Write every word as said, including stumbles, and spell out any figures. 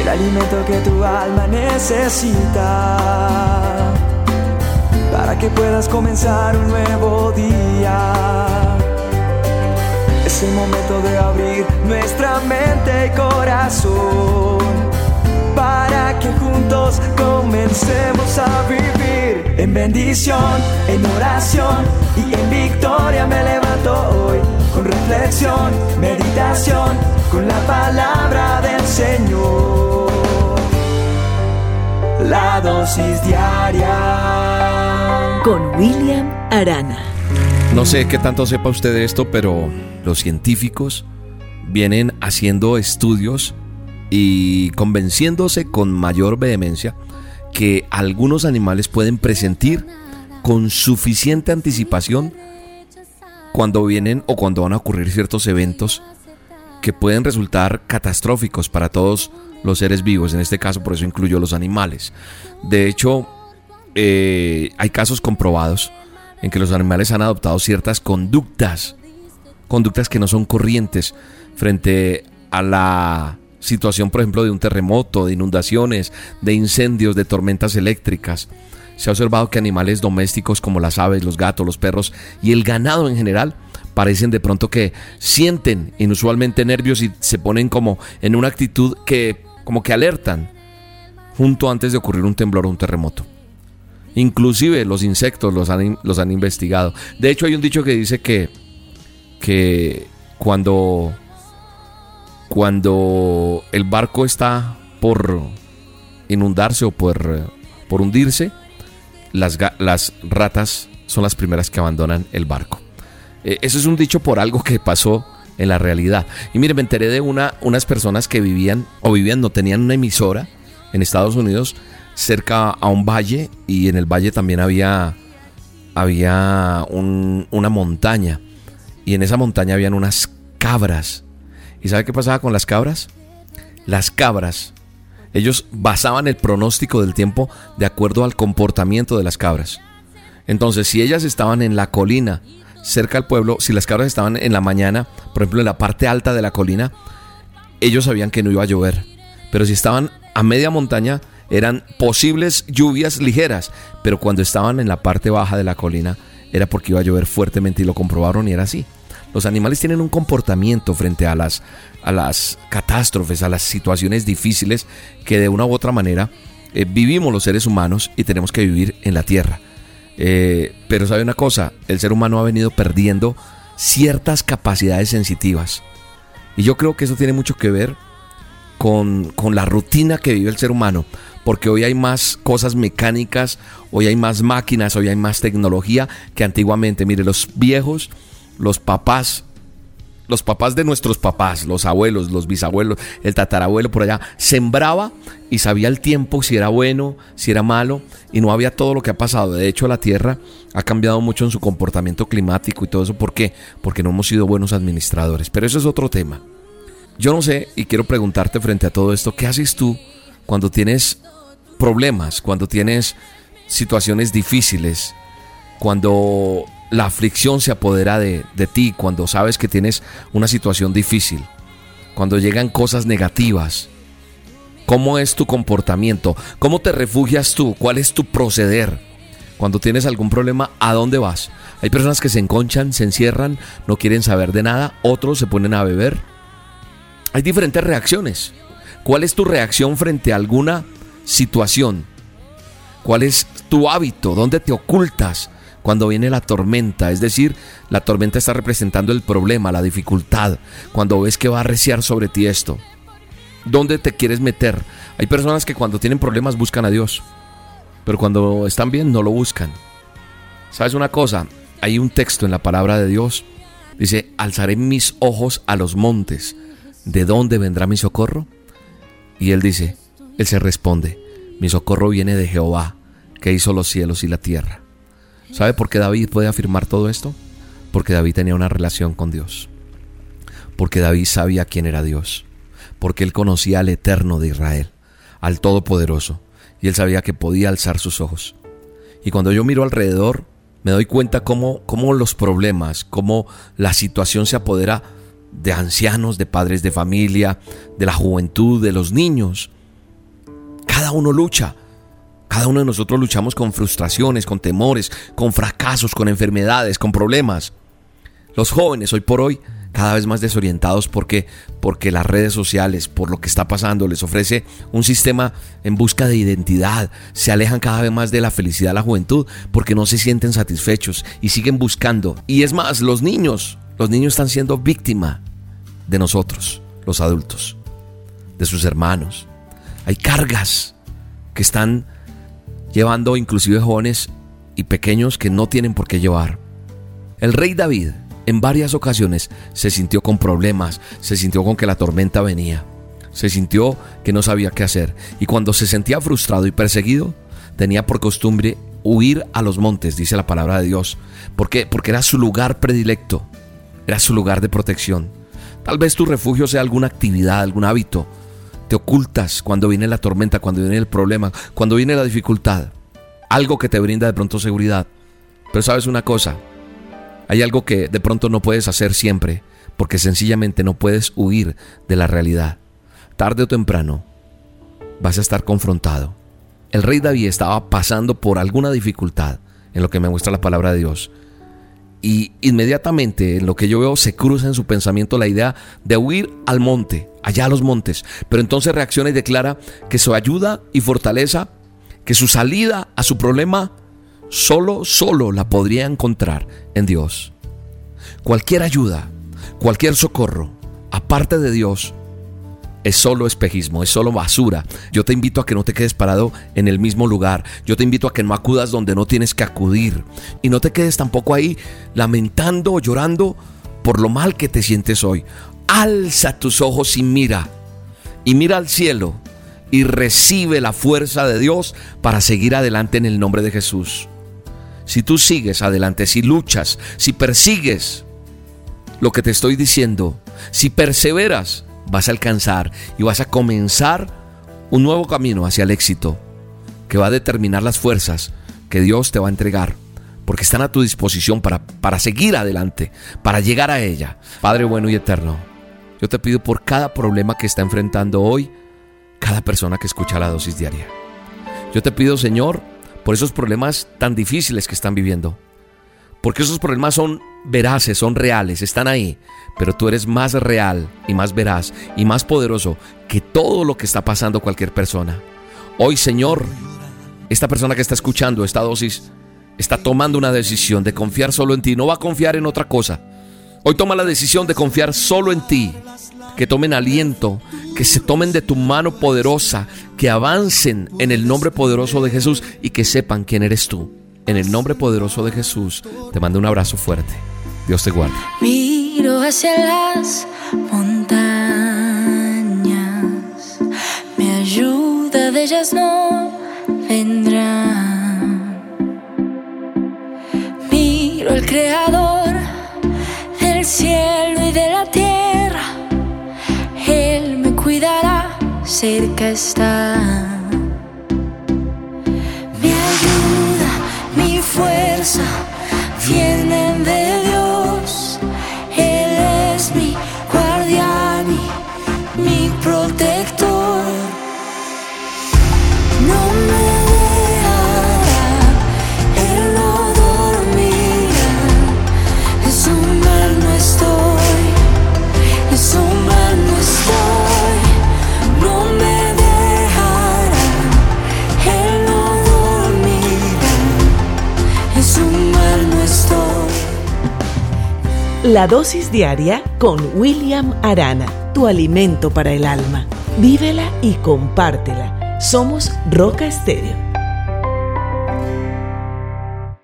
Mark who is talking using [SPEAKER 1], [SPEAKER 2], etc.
[SPEAKER 1] alimento que tu alma necesita, para que puedas comenzar un nuevo día. Es el momento de abrir nuestra mente y corazón, para que juntos comencemos a vivir en bendición, en oración y en victoria. Me levanto hoy con reflexión, meditación, con la palabra del Señor. La dosis diaria
[SPEAKER 2] con William Arana.
[SPEAKER 3] No sé qué tanto sepa usted de esto, pero los científicos vienen haciendo estudios y convenciéndose con mayor vehemencia que algunos animales pueden presentir con suficiente anticipación cuando vienen o cuando van a ocurrir ciertos eventos que pueden resultar catastróficos para todos los seres vivos. En este caso, por eso incluyo los animales. De hecho, eh, hay casos comprobados en que los animales han adoptado ciertas conductas, conductas que no son corrientes frente a la situación, por ejemplo, de un terremoto, de inundaciones, de incendios, de tormentas eléctricas. Se ha observado que animales domésticos como las aves, los gatos, los perros y el ganado en general parecen de pronto que sienten inusualmente nervios y se ponen como en una actitud que como que alertan junto antes de ocurrir un temblor o un terremoto. Inclusive los insectos los han, los han investigado. De hecho, hay un dicho que dice que, que cuando, cuando el barco está por inundarse o por, por hundirse, las, las ratas son las primeras que abandonan el barco. Eh, eso es un dicho por algo que pasó en la realidad. Y mire, me enteré de una, unas personas que vivían o vivían, no tenían una emisora en Estados Unidos cerca a un valle, y en el valle también había, había un, una montaña, y en esa montaña habían unas cabras. ¿Y sabe qué pasaba con las cabras? Las cabras, ellos basaban el pronóstico del tiempo de acuerdo al comportamiento de las cabras. Entonces, si ellas estaban en la colina cerca al pueblo, si las cabras estaban en la mañana, por ejemplo en la parte alta de la colina, ellos sabían que no iba a llover. Pero si estaban a media montaña, eran posibles lluvias ligeras, pero cuando estaban en la parte baja de la colina era porque iba a llover fuertemente, y lo comprobaron y era así. Los animales tienen un comportamiento frente a las, a las catástrofes, a las situaciones difíciles que de una u otra manera eh, vivimos los seres humanos y tenemos que vivir en la tierra. Eh, pero sabe una cosa, el ser humano ha venido perdiendo ciertas capacidades sensitivas, y yo creo que eso tiene mucho que ver con, con la rutina que vive el ser humano, porque hoy hay más cosas mecánicas, hoy hay más máquinas, hoy hay más tecnología que antiguamente. Mire, los viejos, los papás, los papás de nuestros papás, los abuelos, los bisabuelos, el tatarabuelo por allá, sembraba y sabía el tiempo, si era bueno, si era malo, y no había todo lo que ha pasado. De hecho, la tierra ha cambiado mucho en su comportamiento climático y todo eso. ¿Por qué? Porque no hemos sido buenos administradores. Pero eso es otro tema. Yo no sé, y quiero preguntarte frente a todo esto, ¿qué haces tú cuando tienes problemas, cuando tienes situaciones difíciles, cuando la aflicción se apodera de, de ti, cuando sabes que tienes una situación difícil, cuando llegan cosas negativas? ¿Cómo es tu comportamiento? ¿Cómo te refugias tú? ¿Cuál es tu proceder? Cuando tienes algún problema, ¿a dónde vas? Hay personas que se enconchan, se encierran, no quieren saber de nada. Otros se ponen a beber. Hay diferentes reacciones. ¿Cuál es tu reacción frente a alguna situación? ¿Cuál es tu hábito? ¿Dónde te ocultas cuando viene la tormenta? Es decir, la tormenta está representando el problema, la dificultad. Cuando ves que va a arreciar sobre ti esto, ¿dónde te quieres meter? Hay personas que cuando tienen problemas buscan a Dios, pero cuando están bien no lo buscan. ¿Sabes una cosa? Hay un texto en la palabra de Dios. Dice: alzaré mis ojos a los montes. ¿De dónde vendrá mi socorro? Y él dice, él se responde: mi socorro viene de Jehová, que hizo los cielos y la tierra. ¿Sabe por qué David puede afirmar todo esto? Porque David tenía una relación con Dios. Porque David sabía quién era Dios. Porque él conocía al Eterno de Israel, al Todopoderoso. Y él sabía que podía alzar sus ojos. Y cuando yo miro alrededor, me doy cuenta cómo, cómo los problemas, cómo la situación se apodera de ancianos, de padres de familia, de la juventud, de los niños. cada uno lucha. Cada uno de nosotros luchamos con frustraciones, con temores, con fracasos, con enfermedades, con problemas. Los jóvenes hoy por hoy cada vez más desorientados porque, porque las redes sociales, por lo que está pasando, les ofrece un sistema en busca de identidad. Se alejan cada vez más de la felicidad de la juventud porque no se sienten satisfechos y siguen buscando. Y es más, los niños, los niños están siendo víctima de nosotros, los adultos, de sus hermanos. Hay cargas que están llevando inclusive jóvenes y pequeños que no tienen por qué llevar. El rey David en varias ocasiones se sintió con problemas, se sintió con que la tormenta venía, se sintió que no sabía qué hacer, y cuando se sentía frustrado y perseguido, tenía por costumbre huir a los montes, dice la palabra de Dios. ¿Por qué? Porque era su lugar predilecto, era su lugar de protección. Tal vez tu refugio sea alguna actividad, algún hábito. Te ocultas cuando viene la tormenta, cuando viene el problema, cuando viene la dificultad. Algo que te brinda de pronto seguridad. Pero sabes una cosa, hay algo que de pronto no puedes hacer siempre, porque sencillamente no puedes huir de la realidad. Tarde o temprano vas a estar confrontado. El rey David estaba pasando por alguna dificultad, en lo que me muestra la palabra de Dios. Y inmediatamente en lo que yo veo se cruza en su pensamiento la idea de huir al monte, allá a los montes. Pero entonces reacciona y declara que su ayuda y fortaleza, que su salida a su problema solo, solo la podría encontrar en Dios. Cualquier ayuda, cualquier socorro, aparte de Dios, es solo espejismo, es solo basura. Yo te invito a que no te quedes parado en el mismo lugar. Yo te invito a que no acudas donde no tienes que acudir. Y no te quedes tampoco ahí lamentando o llorando por lo mal que te sientes hoy. Alza tus ojos y mira. Y mira al cielo y recibe la fuerza de Dios para seguir adelante en el nombre de Jesús. Si tú sigues adelante, si luchas, si persigues lo que te estoy diciendo, si perseveras, vas a alcanzar y vas a comenzar un nuevo camino hacia el éxito que va a determinar las fuerzas que Dios te va a entregar, porque están a tu disposición para, para seguir adelante, para llegar a ella. Padre bueno y eterno, yo te pido por cada problema que está enfrentando hoy cada persona que escucha la dosis diaria. Yo te pido, Señor, por esos problemas tan difíciles que están viviendo, porque esos problemas son veraces, son reales, están ahí, pero tú eres más real y más veraz y más poderoso que todo lo que está pasando cualquier persona. Hoy, Señor, esta persona que está escuchando esta dosis está tomando una decisión de confiar solo en ti, no va a confiar en otra cosa. Hoy toma la decisión de confiar solo en ti, que tomen aliento, que se tomen de tu mano poderosa, que avancen en el nombre poderoso de Jesús y que sepan quién eres tú. En el nombre poderoso de Jesús, te mando un abrazo fuerte. Dios te guarde.
[SPEAKER 4] Miro hacia las montañas, mi ayuda de ellas no vendrá. Miro al Creador del cielo y de la tierra, Él me cuidará, cerca está. Fuerza vienen de Dios, Él es mi guardián y mi protector. No me dejará, Él no dormirá, en su mano estoy, en su mano estoy. No me dejará, Él no dormirá, en su mano estoy.
[SPEAKER 2] La dosis diaria con William Arana, tu alimento para el alma. Vívela y compártela. Somos Roca Estéreo.